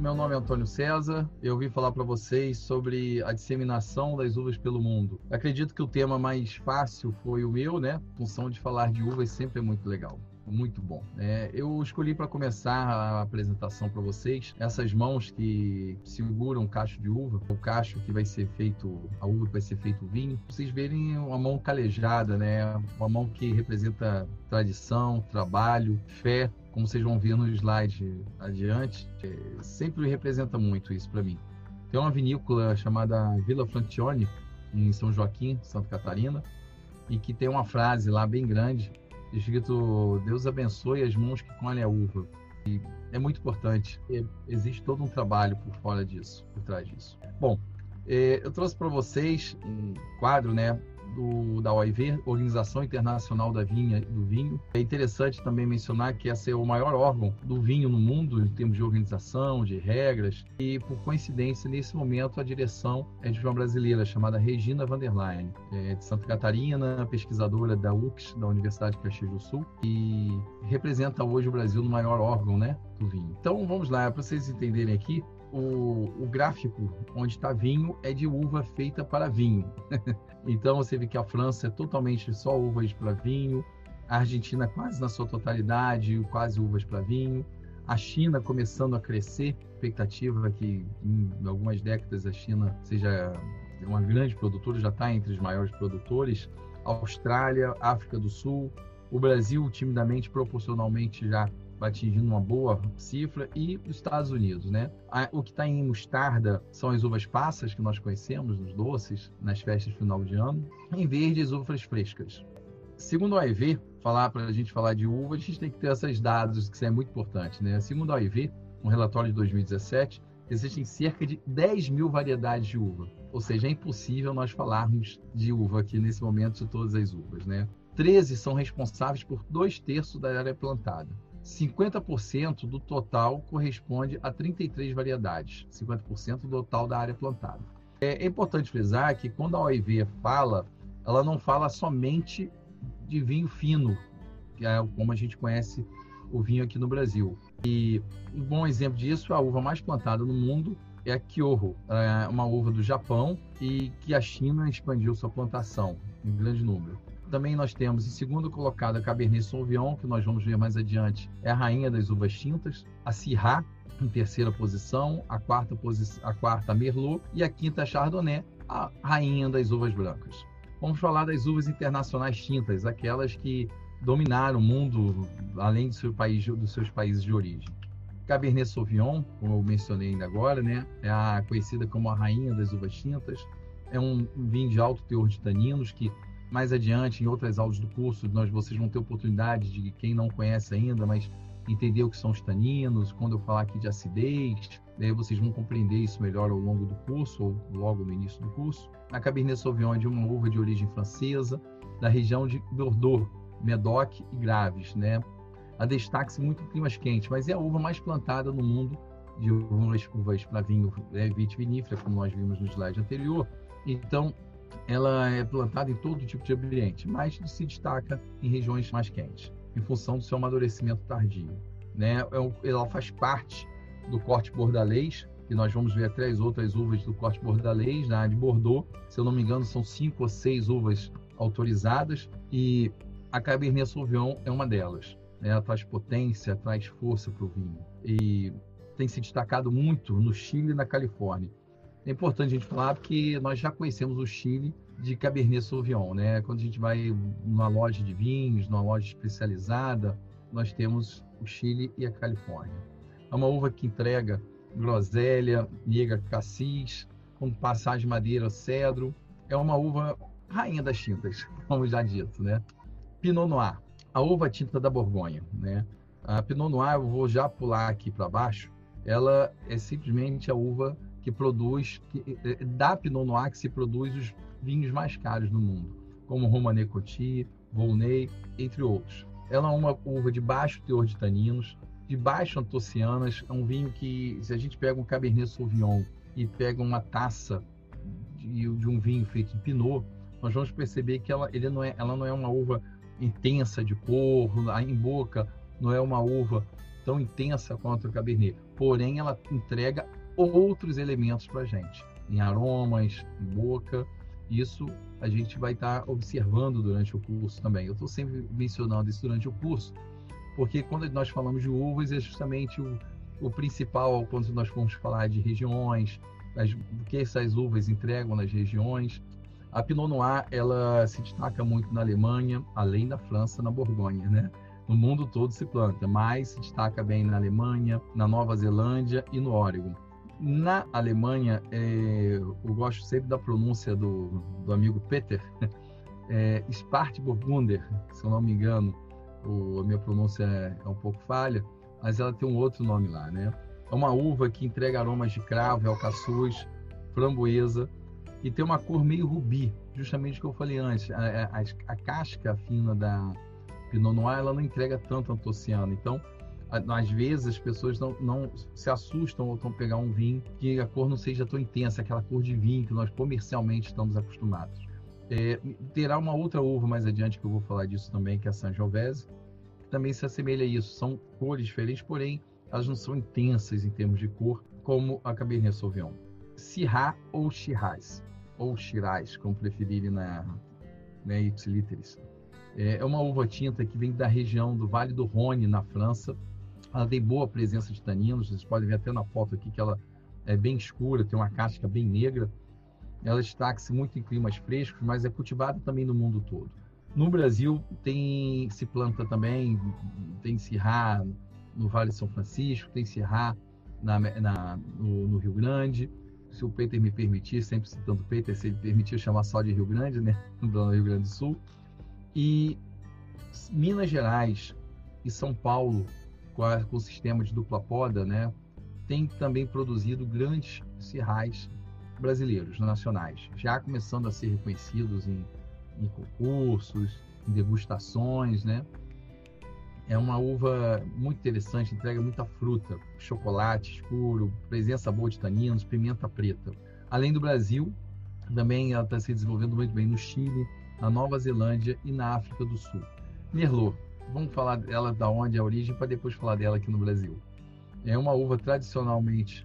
meu nome é Antônio César. Eu vim falar para vocês sobre a disseminação das uvas pelo mundo. Acredito que o tema mais fácil foi o meu, né? A função de falar de uvas sempre é muito legal. Muito bom. Eu escolhi para começar a apresentação para vocês essas mãos que seguram o cacho de uva, o cacho que vai ser feito, a uva que vai ser feito o vinho. Vocês verem uma mão calejada, né? Uma mão que representa tradição, trabalho, fé, como vocês vão ver no slide adiante. Sempre representa muito isso para mim. Tem uma vinícola chamada Vila Francione, em São Joaquim, Santa Catarina, e que tem uma frase lá bem grande, escrito: Deus abençoe as mãos que colhem a uva. E é muito importante. Existe todo um trabalho por fora disso, por trás disso. Bom, eu trouxe para vocês um quadro, né, da OIV, Organização Internacional do Vinho. É interessante também mencionar que esse é o maior órgão do vinho no mundo, em termos de organização, de regras, e por coincidência, nesse momento, a direção é de uma brasileira chamada Regina van der Leyen, de Santa Catarina, pesquisadora da UX, da Universidade de Caxias do Sul, e representa hoje o Brasil no maior órgão, né, do vinho. Então, vamos lá, para vocês entenderem aqui, o gráfico onde está vinho é de uva feita para vinho. Então você vê que a França é totalmente só uvas para vinho, a Argentina quase na sua totalidade, quase uvas para vinho, a China começando a crescer, expectativa que em algumas décadas a China seja uma grande produtora, já está entre os maiores produtores, a Austrália, África do Sul, o Brasil timidamente, proporcionalmente já atingindo uma boa cifra, e os Estados Unidos, né? O que está em mostarda são as uvas passas que nós conhecemos nos doces, nas festas de final de ano. Em verde, as uvas frescas. Segundo a OIV, para a gente falar de uva, a gente tem que ter esses dados, que isso é muito importante, né? Segundo a OIV, um relatório de 2017, existem cerca de 10 mil variedades de uva. Ou seja, é impossível nós falarmos de uva aqui nesse momento de todas as uvas, né? 13 são responsáveis por 2/3 da área plantada. 50% do total corresponde a 33 variedades, 50% do total da área plantada. É importante frisar que quando a OIV fala, ela não fala somente de vinho fino, que é como a gente conhece o vinho aqui no Brasil. E um bom exemplo disso, a uva mais plantada no mundo é a Kyoho, uma uva do Japão, e que a China expandiu sua plantação em grande número. Também nós temos em segundo colocado a Cabernet Sauvignon, que nós vamos ver mais adiante, é a rainha das uvas tintas, a Syrah em terceira posição, a quarta Merlot e a quinta Chardonnay, a rainha das uvas brancas. Vamos falar das uvas internacionais tintas, aquelas que dominaram o mundo além dos seus países de origem. Cabernet Sauvignon, como eu mencionei ainda agora, né, é conhecida como a rainha das uvas tintas, é um vinho de alto teor de taninos que mais adiante, em outras aulas do curso, vocês vão ter oportunidade de, quem não conhece ainda, mas entender o que são os taninos. Quando eu falar aqui de acidez, vocês vão compreender isso melhor ao longo do curso, ou logo no início do curso. A Cabernet Sauvignon é de uma uva de origem francesa, da região de Bordeaux, Médoc e Graves, né? A destaque-se muito em climas quentes, mas é a uva mais plantada no mundo de uvas para vinho vitivinífera, como nós vimos no slide anterior. Então, ela é plantada em todo tipo de ambiente, mas se destaca em regiões mais quentes, em função do seu amadurecimento tardio, né? Ela faz parte do corte bordalês, que nós vamos ver até as outras uvas do corte bordalês, na área de Bordeaux. Se eu não me engano, são 5 ou 6 uvas autorizadas, e a Cabernet Sauvignon é uma delas, né? Ela traz potência, traz força para o vinho, e tem se destacado muito no Chile e na Califórnia. É importante a gente falar porque nós já conhecemos o Chile de Cabernet Sauvignon, né? Quando a gente vai numa loja de vinhos, numa loja especializada, nós temos o Chile e a Califórnia. É uma uva que entrega groselha, negra, cassis, com passagem de madeira, cedro. É uma uva rainha das tintas, como já dito, né? Pinot Noir, a uva tinta da Borgonha, né? A Pinot Noir, eu vou já pular aqui para baixo, ela é simplesmente a uva que produz, da Pinot Noir que se produz os vinhos mais caros do mundo, como Romanée Conti, Volnay, entre outros. Ela é uma uva de baixo teor de taninos, de baixo antocianas, é um vinho que, se a gente pega um Cabernet Sauvignon e pega uma taça de um vinho feito de Pinot, nós vamos perceber que ela não é uma uva intensa de cor, em boca, não é uma uva tão intensa quanto a Cabernet, porém ela entrega outros elementos para a gente, em aromas, em boca. Isso a gente vai estar observando durante o curso também. Eu estou sempre mencionando isso durante o curso, porque quando nós falamos de uvas, é justamente o principal quando nós formos falar de regiões, o que essas uvas entregam nas regiões. A Pinot Noir, ela se destaca muito na Alemanha, além da França, na Borgonha, né? No mundo todo se planta, mas se destaca bem na Alemanha, na Nova Zelândia e no Oregon. Na Alemanha, eu gosto sempre da pronúncia do amigo Peter, Spätburgunder, se eu não me engano, a minha pronúncia é um pouco falha, mas ela tem um outro nome lá, né? É uma uva que entrega aromas de cravo, alcaçuz, framboesa, e tem uma cor meio rubi, justamente o que eu falei antes. A casca fina da Pinot Noir, ela não entrega tanto antociano. Então, às vezes, as pessoas não se assustam ou vão pegar um vinho que a cor não seja tão intensa, aquela cor de vinho que nós comercialmente estamos acostumados. Terá uma outra uva mais adiante, que eu vou falar disso também, que é a Sangiovese, que também se assemelha a isso. São cores diferentes, porém, elas não são intensas em termos de cor, como a Cabernet Sauvignon. Syrah ou Shiraz, ou Shiraz, como preferirem na ipsiliteris. É uma uva tinta que vem da região do Vale do Rhône, na França. Ela tem boa presença de taninos, vocês podem ver até na foto aqui que ela é bem escura, tem uma casca bem negra. Ela destaca-se muito em climas frescos, mas é cultivada também no mundo todo. No Brasil, se planta também, tem Syrah no Vale de São Francisco, tem Syrah no Rio Grande. Se o Peter me permitir, sempre citando o Peter, se ele permitir chamar só de Rio Grande, né? No Rio Grande do Sul. E Minas Gerais e São Paulo, com o sistema de dupla poda, né? Tem também produzido grandes Syrahs brasileiros, nacionais, já começando a ser reconhecidos em concursos, em degustações, né? É uma uva muito interessante, entrega muita fruta, chocolate escuro, presença boa de taninos, pimenta preta. Além do Brasil, também ela está se desenvolvendo muito bem no Chile, na Nova Zelândia e na África do Sul. Merlot, vamos falar dela da onde é a origem para depois falar dela aqui no Brasil. É uma uva tradicional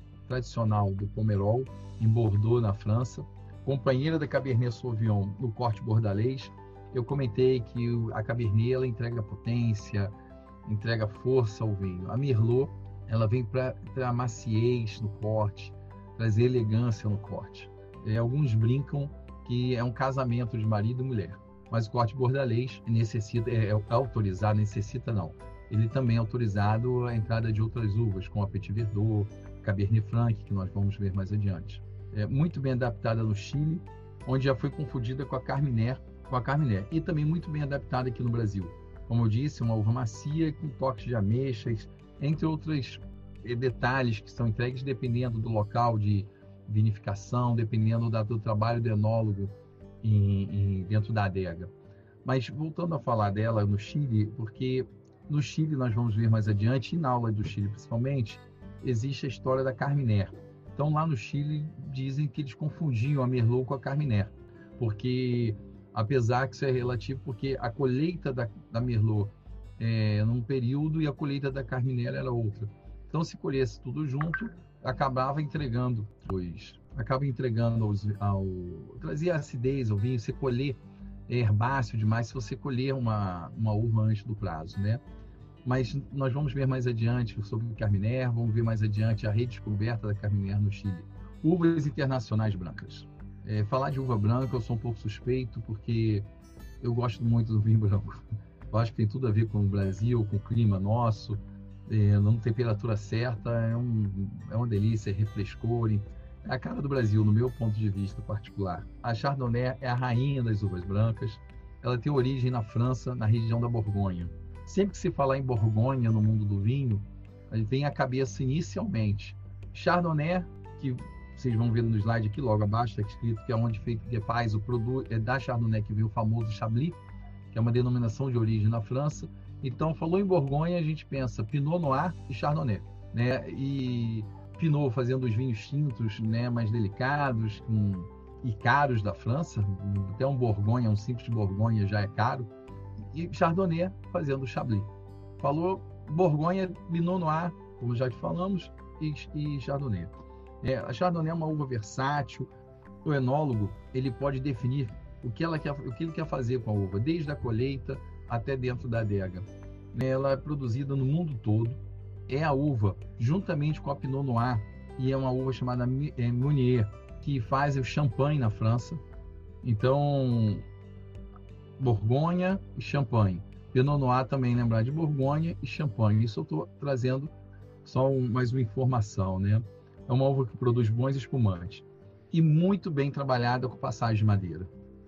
do Pomerol, em Bordeaux, na França, companheira da Cabernet Sauvignon no corte bordalês. Eu comentei que a Cabernet ela entrega potência, entrega força ao vinho. A Merlot ela vem para a maciez no corte, trazer elegância no corte. Alguns brincam que é um casamento de marido e mulher, mas o corte bordalês é autorizado, ele também é autorizado a entrada de outras uvas, como a Petit Verdot, Cabernet Franc, que nós vamos ver mais adiante. É muito bem adaptada no Chile, onde já foi confundida com a Carmener, e também muito bem adaptada aqui no Brasil. Como eu disse, uma uva macia, com toques de ameixas, entre outros detalhes que são entregues dependendo do local de vinificação, dependendo do trabalho do enólogo dentro da adega. Mas voltando a falar dela no Chile, porque no Chile nós vamos ver mais adiante, e na aula do Chile principalmente, existe a história da Carmener. Então lá no Chile dizem que eles confundiam a Merlot com a Carmener, porque apesar que isso é relativo, porque a colheita da Merlot é num período e a colheita da Carmener era outra. Então se colhesse tudo junto, acaba entregando trazia acidez ao vinho. Você colher herbáceo demais se você colher uma uva antes do prazo, né? Mas nós vamos ver mais adiante sobre o Carmener, vamos ver mais adiante a redescoberta da Carmener no Chile. Uvas internacionais brancas. Falar de uva branca eu sou um pouco suspeito, porque eu gosto muito do vinho branco. Eu acho que tem tudo a ver com o Brasil, com o clima nosso, numa temperatura certa, é uma delícia, é refrescor, é a cara do Brasil, no meu ponto de vista particular. A Chardonnay é a rainha das uvas brancas, ela tem origem na França, na região da Borgonha. Sempre que se falar em Borgonha no mundo do vinho, a gente vem à cabeça inicialmente Chardonnay, que vocês vão ver no slide aqui, logo abaixo, está escrito que é onde que faz o produto, é da Chardonnay que vem o famoso Chablis, que é uma denominação de origem na França. Então, falou em Borgonha, a gente pensa Pinot Noir e Chardonnay, né? E Pinot fazendo os vinhos tintos, né, mais delicados e caros da França, até um simples Borgonha já é caro, e Chardonnay fazendo o Chablis. Falou Borgonha, Pinot Noir, como já te falamos, e Chardonnay. A Chardonnay é uma uva versátil. O enólogo ele pode definir o que ele quer fazer com a uva, desde a colheita até dentro da adega. Ela é produzida no mundo todo. É a uva, juntamente com a Pinot Noir, e é uma uva chamada Meunier, que faz o champanhe na França. Então, Borgonha e champanhe. Pinot Noir também lembrar de Borgonha e champanhe. Isso eu estou trazendo só mais uma informação, né? É uma uva que produz bons espumantes e muito bem trabalhada com passagem de madeira.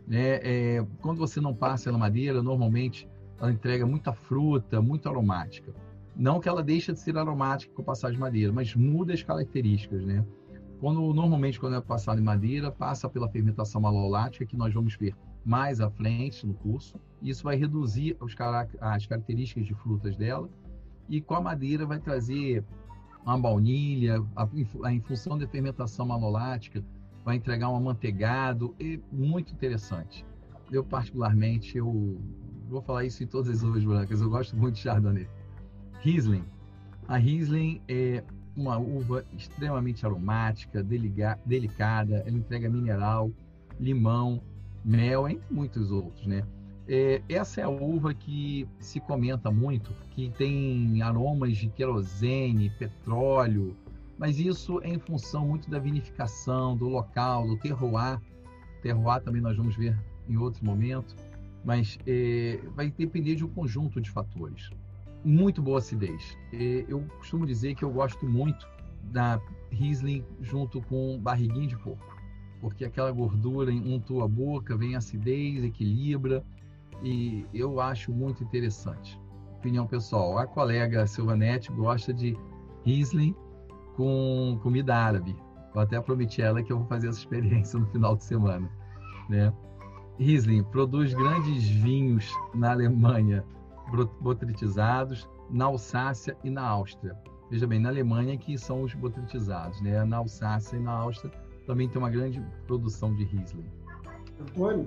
Quando você não passa na madeira, normalmente ela entrega muita fruta, muito aromática. Não que ela deixe de ser aromática com passagem de madeira, mas muda as características, né? Normalmente, quando é passada em madeira, passa pela fermentação malolática, que nós vamos ver mais à frente no curso. Isso vai reduzir as características de frutas dela. E com a madeira vai trazer uma baunilha, em função da fermentação malolática, vai entregar um amanteigado, muito interessante. Eu, particularmente, vou falar isso em todas as uvas brancas, eu gosto muito de Chardonnay. Riesling. A Riesling é uma uva extremamente aromática, delicada, ela entrega mineral, limão, mel, entre muitos outros, né? Essa é a uva que se comenta muito, que tem aromas de querosene, petróleo, mas isso é em função muito da vinificação, do local, do terroir. Terroir também nós vamos ver em outro momento, mas vai depender de um conjunto de fatores. Muito boa acidez. Eu costumo dizer que eu gosto muito da Riesling junto com barriguinha de porco, porque aquela gordura untua a boca, vem acidez, equilibra, e eu acho muito interessante. Opinião pessoal, a colega Silvanete gosta de Riesling com comida árabe. Eu até prometi a ela que eu vou fazer essa experiência no final de semana, né? Riesling produz grandes vinhos na Alemanha, botritizados, na Alsácia e na Áustria. Veja bem, na Alemanha que são os botritizados, né? Na Alsácia e na Áustria também tem uma grande produção de Riesling. Antônio,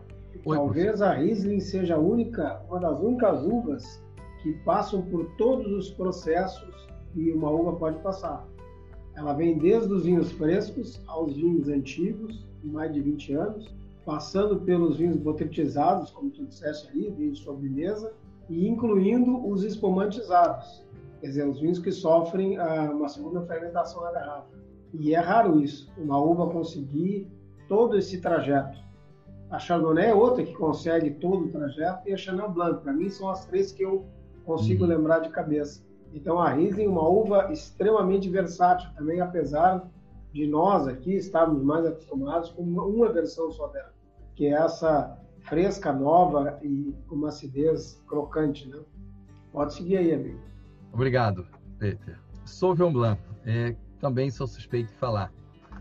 talvez a Riesling seja uma das únicas uvas que passam por todos os processos que uma uva pode passar. Ela vem desde os vinhos frescos aos vinhos antigos, de mais de 20 anos, passando pelos vinhos botritizados, como tu disseste aí, vinhos de sobremesa, e incluindo os espumantizados, quer dizer, os vinhos que sofrem uma segunda fermentação na garrafa. E é raro isso, uma uva conseguir todo esse trajeto. A Chardonnay é outra que consegue todo o trajeto, e a Chenin Blanc, para mim, são as três que eu consigo lembrar de cabeça. Então, a Riesling é uma uva extremamente versátil também, apesar de nós aqui estarmos mais acostumados com uma versão só dela, que é essa fresca, nova e com uma acidez crocante, né? Pode seguir aí, amigo. Obrigado, Peter. Sauvignon Blanc, também sou suspeito de falar.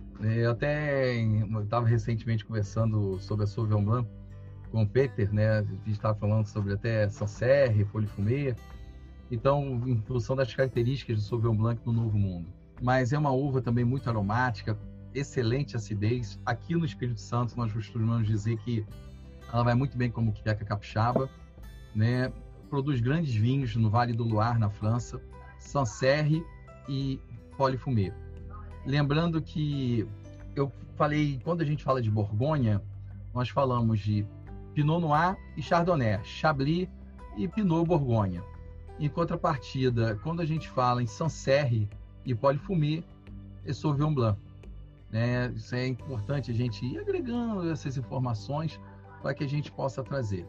Eu estava recentemente conversando sobre a Sauvignon Blanc com o Peter, né? A gente estava falando sobre até Sancerre, Folie Fumée. Então, em função das características do Sauvignon Blanc no Novo Mundo. Mas é uma uva também muito aromática, excelente acidez. Aqui no Espírito Santo, nós costumamos dizer que ela vai muito bem como queca capixaba, né? Produz grandes vinhos no Vale do Loire, na França, Sancerre e Folie Fumée. Lembrando que eu falei, quando a gente fala de Borgonha, nós falamos de Pinot Noir e Chardonnay, Chablis e Pinot Borgonha. Em contrapartida, quando a gente fala em Sancerre e Folie Fumée, é Sauvignon Blanc. Né? Isso é importante a gente ir agregando essas informações para que a gente possa trazer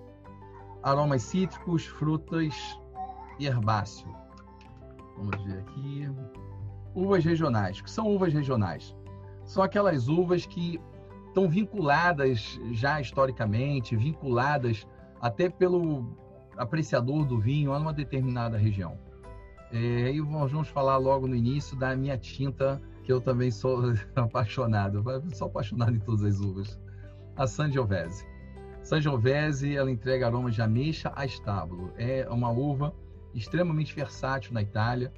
aromas cítricos, frutas e herbáceo. Vamos ver aqui. Uvas regionais. O que são uvas regionais? São aquelas uvas que estão vinculadas já historicamente, vinculadas até pelo apreciador do vinho a uma determinada região. E nós vamos falar logo no início da minha tinta, que eu também sou apaixonado. Sou apaixonado em todas as uvas. A Sangiovese. Sangiovese, ela entrega aromas de ameixa a estábulo. É uma uva extremamente versátil na Itália.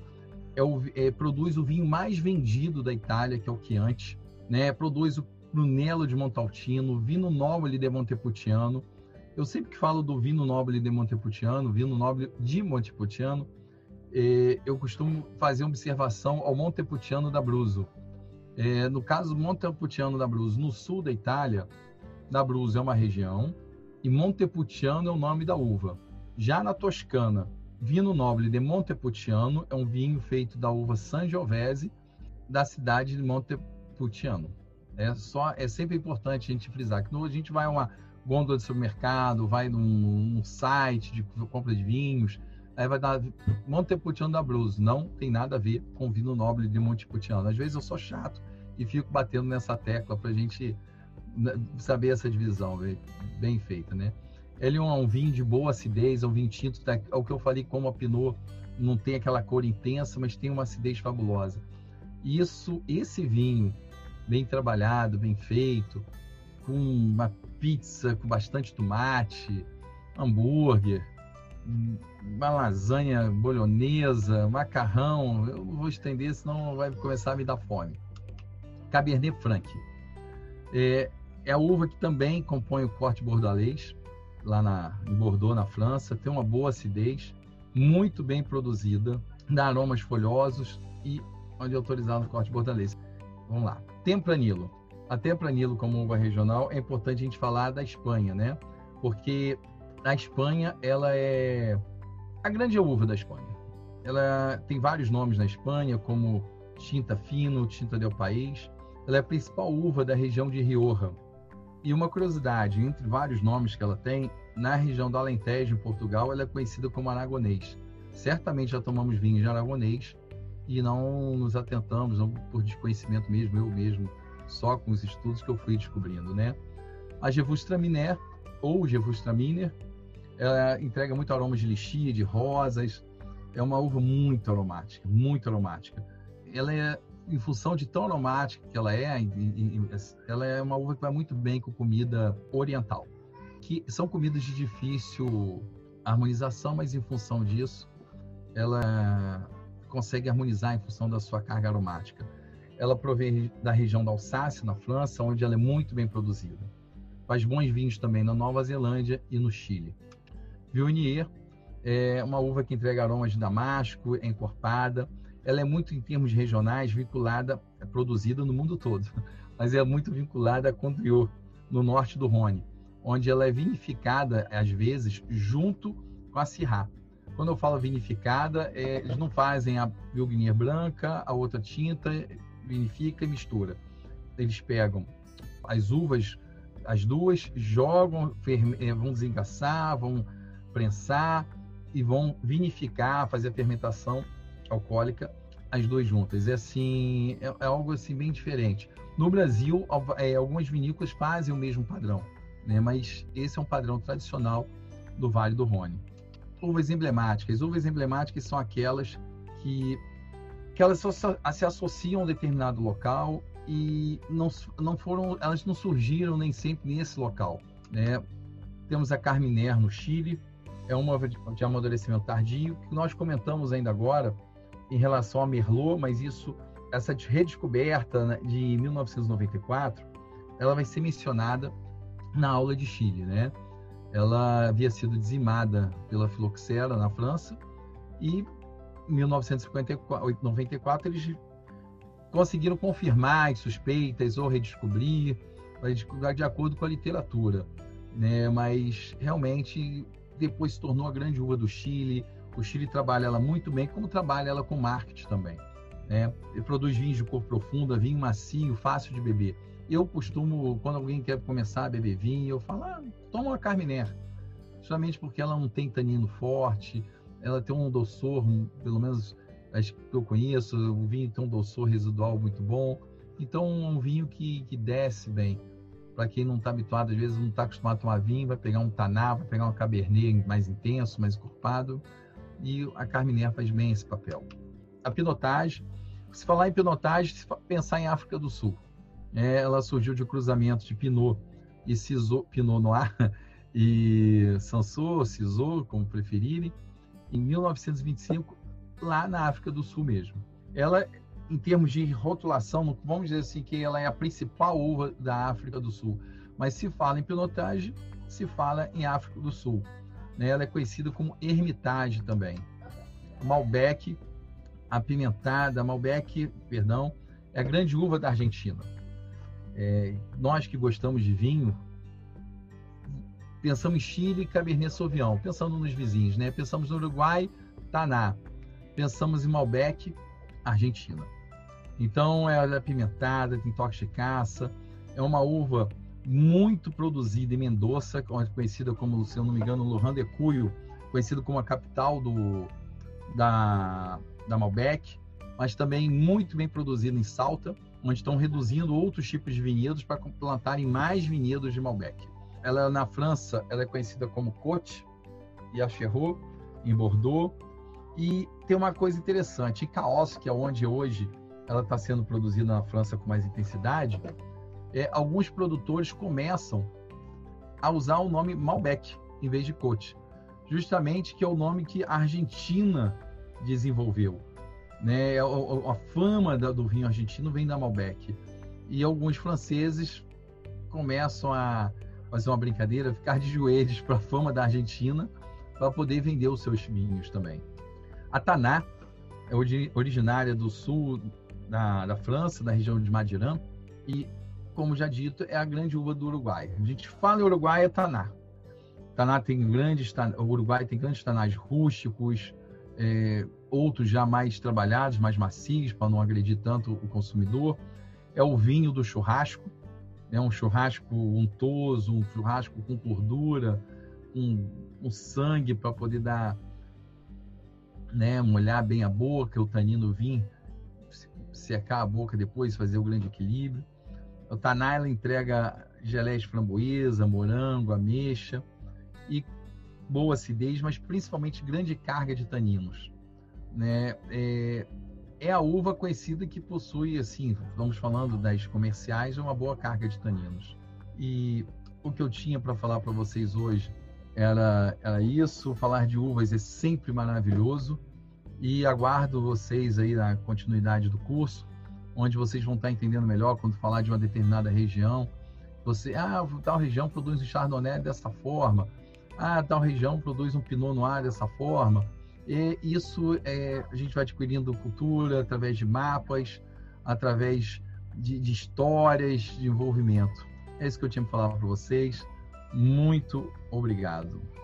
Produz o vinho mais vendido da Itália, que é o Chianti. Né? Produz o Brunello de Montalcino, o Vinho Nobile de Montepulciano. Eu sempre que falo do Vinho Nobile de Montepulciano, Vinho Nobile de Montepulciano, eu costumo fazer observação ao Montepulciano d'Abruzzo. No caso do Montepulciano d'Abruzzo, no sul da Itália, d'Abruzzo é uma região e Montepulciano é o nome da uva. Já na Toscana, Vinho Nobile de Montepulciano é um vinho feito da uva Sangiovese da cidade de Montepulciano. É sempre importante a gente frisar que quando a gente vai a uma gôndola de supermercado, vai num site de compra de vinhos, aí vai dar Montepulciano d'Abruzzo, não tem nada a ver com Vinho Nobile de Montepulciano. Às vezes eu sou chato e fico batendo nessa tecla para a gente saber essa divisão bem feita, né? Ele é um vinho de boa acidez, é um vinho tinto, é o que eu falei, como a Pinot não tem aquela cor intensa, mas tem uma acidez fabulosa. Esse vinho bem trabalhado, bem feito, com uma pizza com bastante tomate, hambúrguer, uma lasanha bolonhesa, macarrão, eu não vou estender, senão vai começar a me dar fome. Cabernet Franc. É a uva que também compõe o corte bordalês, lá em Bordeaux, na França, tem uma boa acidez, muito bem produzida, dá aromas folhosos e onde é autorizado o corte bordalês. Vamos lá. Tempranillo. A Tempranillo, como uva regional, é importante a gente falar da Espanha, né? Porque a Espanha, ela é a grande uva da Espanha. Ela tem vários nomes na Espanha, como Tinta Fino, Tinta del País. Ela é a principal uva da região de Rioja. E uma curiosidade, entre vários nomes que ela tem, na região do Alentejo, em Portugal, ela é conhecida como aragonês. Certamente já tomamos vinho de aragonês e não nos atentamos, não por desconhecimento mesmo, eu mesmo, só com os estudos que eu fui descobrindo, né? A Gewürztraminer, ou Gewürztraminer, ela entrega muito aromas de lixia, de rosas, é uma uva muito aromática, muito aromática. Ela é, em função de tão aromática que ela é uma uva que vai muito bem com comida oriental, que são comidas de difícil harmonização, mas em função disso, ela consegue harmonizar em função da sua carga aromática. Ela provém da região da Alsácia, na França, onde ela é muito bem produzida. Faz bons vinhos também na Nova Zelândia e no Chile. Viognier é uma uva que entrega aromas de damasco, é encorpada. Ela é muito, em termos regionais, produzida no mundo todo, mas é muito vinculada a Condrieu, no norte do Rhône, onde ela é vinificada, às vezes, junto com a Syrah. Quando eu falo vinificada, eles não fazem a Viognier branca, a outra tinta, vinifica e mistura. Eles pegam as uvas, as duas, jogam, vão desengaçar, vão prensar e vão vinificar, fazer a fermentação alcoólica, as duas juntas. Assim, é algo assim bem diferente. No Brasil, algumas vinícolas fazem o mesmo padrão, né? Mas esse é um padrão tradicional do Vale do Rhône. Uvas emblemáticas. Uvas emblemáticas são aquelas que elas só se associam a um determinado local e elas não surgiram nem sempre nesse local, né? Temos a Carminer no Chile, é uma uva de amadurecimento tardio, que nós comentamos ainda agora em relação a Merlot, mas essa redescoberta, né, de 1994, ela vai ser mencionada na aula de Chile, né? Ela havia sido dizimada pela filoxera na França e em 1994 eles conseguiram confirmar as suspeitas ou redescobrir de acordo com a literatura, né? Mas realmente depois se tornou a grande uva do Chile. O Chile trabalha ela muito bem, como trabalha ela com marketing também, né? Ele produz vinhos de cor profunda, vinho macio, fácil de beber. Eu costumo, quando alguém quer começar a beber vinho, eu falo, toma uma Carminer, justamente porque ela não tem tanino forte, ela tem um doçor, pelo menos as que eu conheço, o vinho tem um doçor residual muito bom. Então, é um vinho que desce bem. Para quem não está habituado, às vezes não está acostumado a tomar vinho, vai pegar um Taná, vai pegar um Cabernet mais intenso, mais encorpado, e a Carminer faz bem esse papel. A Pinotage, se falar em Pinotage, se pensar em África do Sul. Ela surgiu de cruzamento de Pinot e Pinot Noir e Cinsault, Cinsault, como preferirem, em 1925, lá na África do Sul mesmo. Ela, em termos de rotulação, não vamos dizer assim que ela é a principal uva da África do Sul, mas se fala em Pinotage, se fala em África do Sul, né? Ela é conhecida como Hermitage também. Malbec apimentada. Malbec, perdão, é a grande uva da Argentina. Nós que gostamos de vinho, pensamos em Chile e Cabernet Sauvignon, pensando nos vizinhos, né? Pensamos no Uruguai, Taná. Pensamos em Malbec, Argentina. Então, ela é apimentada, tem toque de caça, é uma uva muito produzida em Mendoza, conhecida como, se eu não me engano, Laurent de Cuyo, conhecido como a capital da Malbec, mas também muito bem produzida em Salta, onde estão reduzindo outros tipos de vinhedos para plantarem mais vinhedos de Malbec. Ela, na França, ela é conhecida como Côte e a Cherot, em Bordeaux. E tem uma coisa interessante, em Cahors, que é onde hoje ela está sendo produzida na França com mais intensidade, alguns produtores começam a usar o nome Malbec em vez de Côte, justamente que é o nome que a Argentina desenvolveu, né? A fama do vinho argentino vem da Malbec, e alguns franceses começam a fazer uma brincadeira, ficar de joelhos para a fama da Argentina para poder vender os seus vinhos também. A Taná é originária do sul da França, da região de Madiran, e, como já dito, é a grande uva do Uruguai. A gente fala em Uruguai, é Taná. O Uruguai tem grandes tanás rústicos, outros já mais trabalhados, mais macios, para não agredir tanto o consumidor. É o vinho do churrasco, um churrasco untoso, um churrasco com gordura, um sangue para poder dar, né, molhar bem a boca, o tanino vir, secar a boca depois, fazer o grande equilíbrio. O Taná, ela entrega geleia de framboesa, morango, ameixa e boa acidez, mas principalmente grande carga de taninos, né? É a uva conhecida que possui, assim, vamos falando das comerciais, uma boa carga de taninos. E o que eu tinha para falar para vocês hoje era isso. Falar de uvas é sempre maravilhoso, e aguardo vocês aí na continuidade do curso, onde vocês vão estar entendendo melhor quando falar de uma determinada região. Tal região produz um Chardonnay dessa forma, tal região produz um Pinot Noir dessa forma. E isso a gente vai adquirindo cultura através de mapas, através de histórias, de envolvimento. É isso que eu tinha para falar para vocês. Muito obrigado.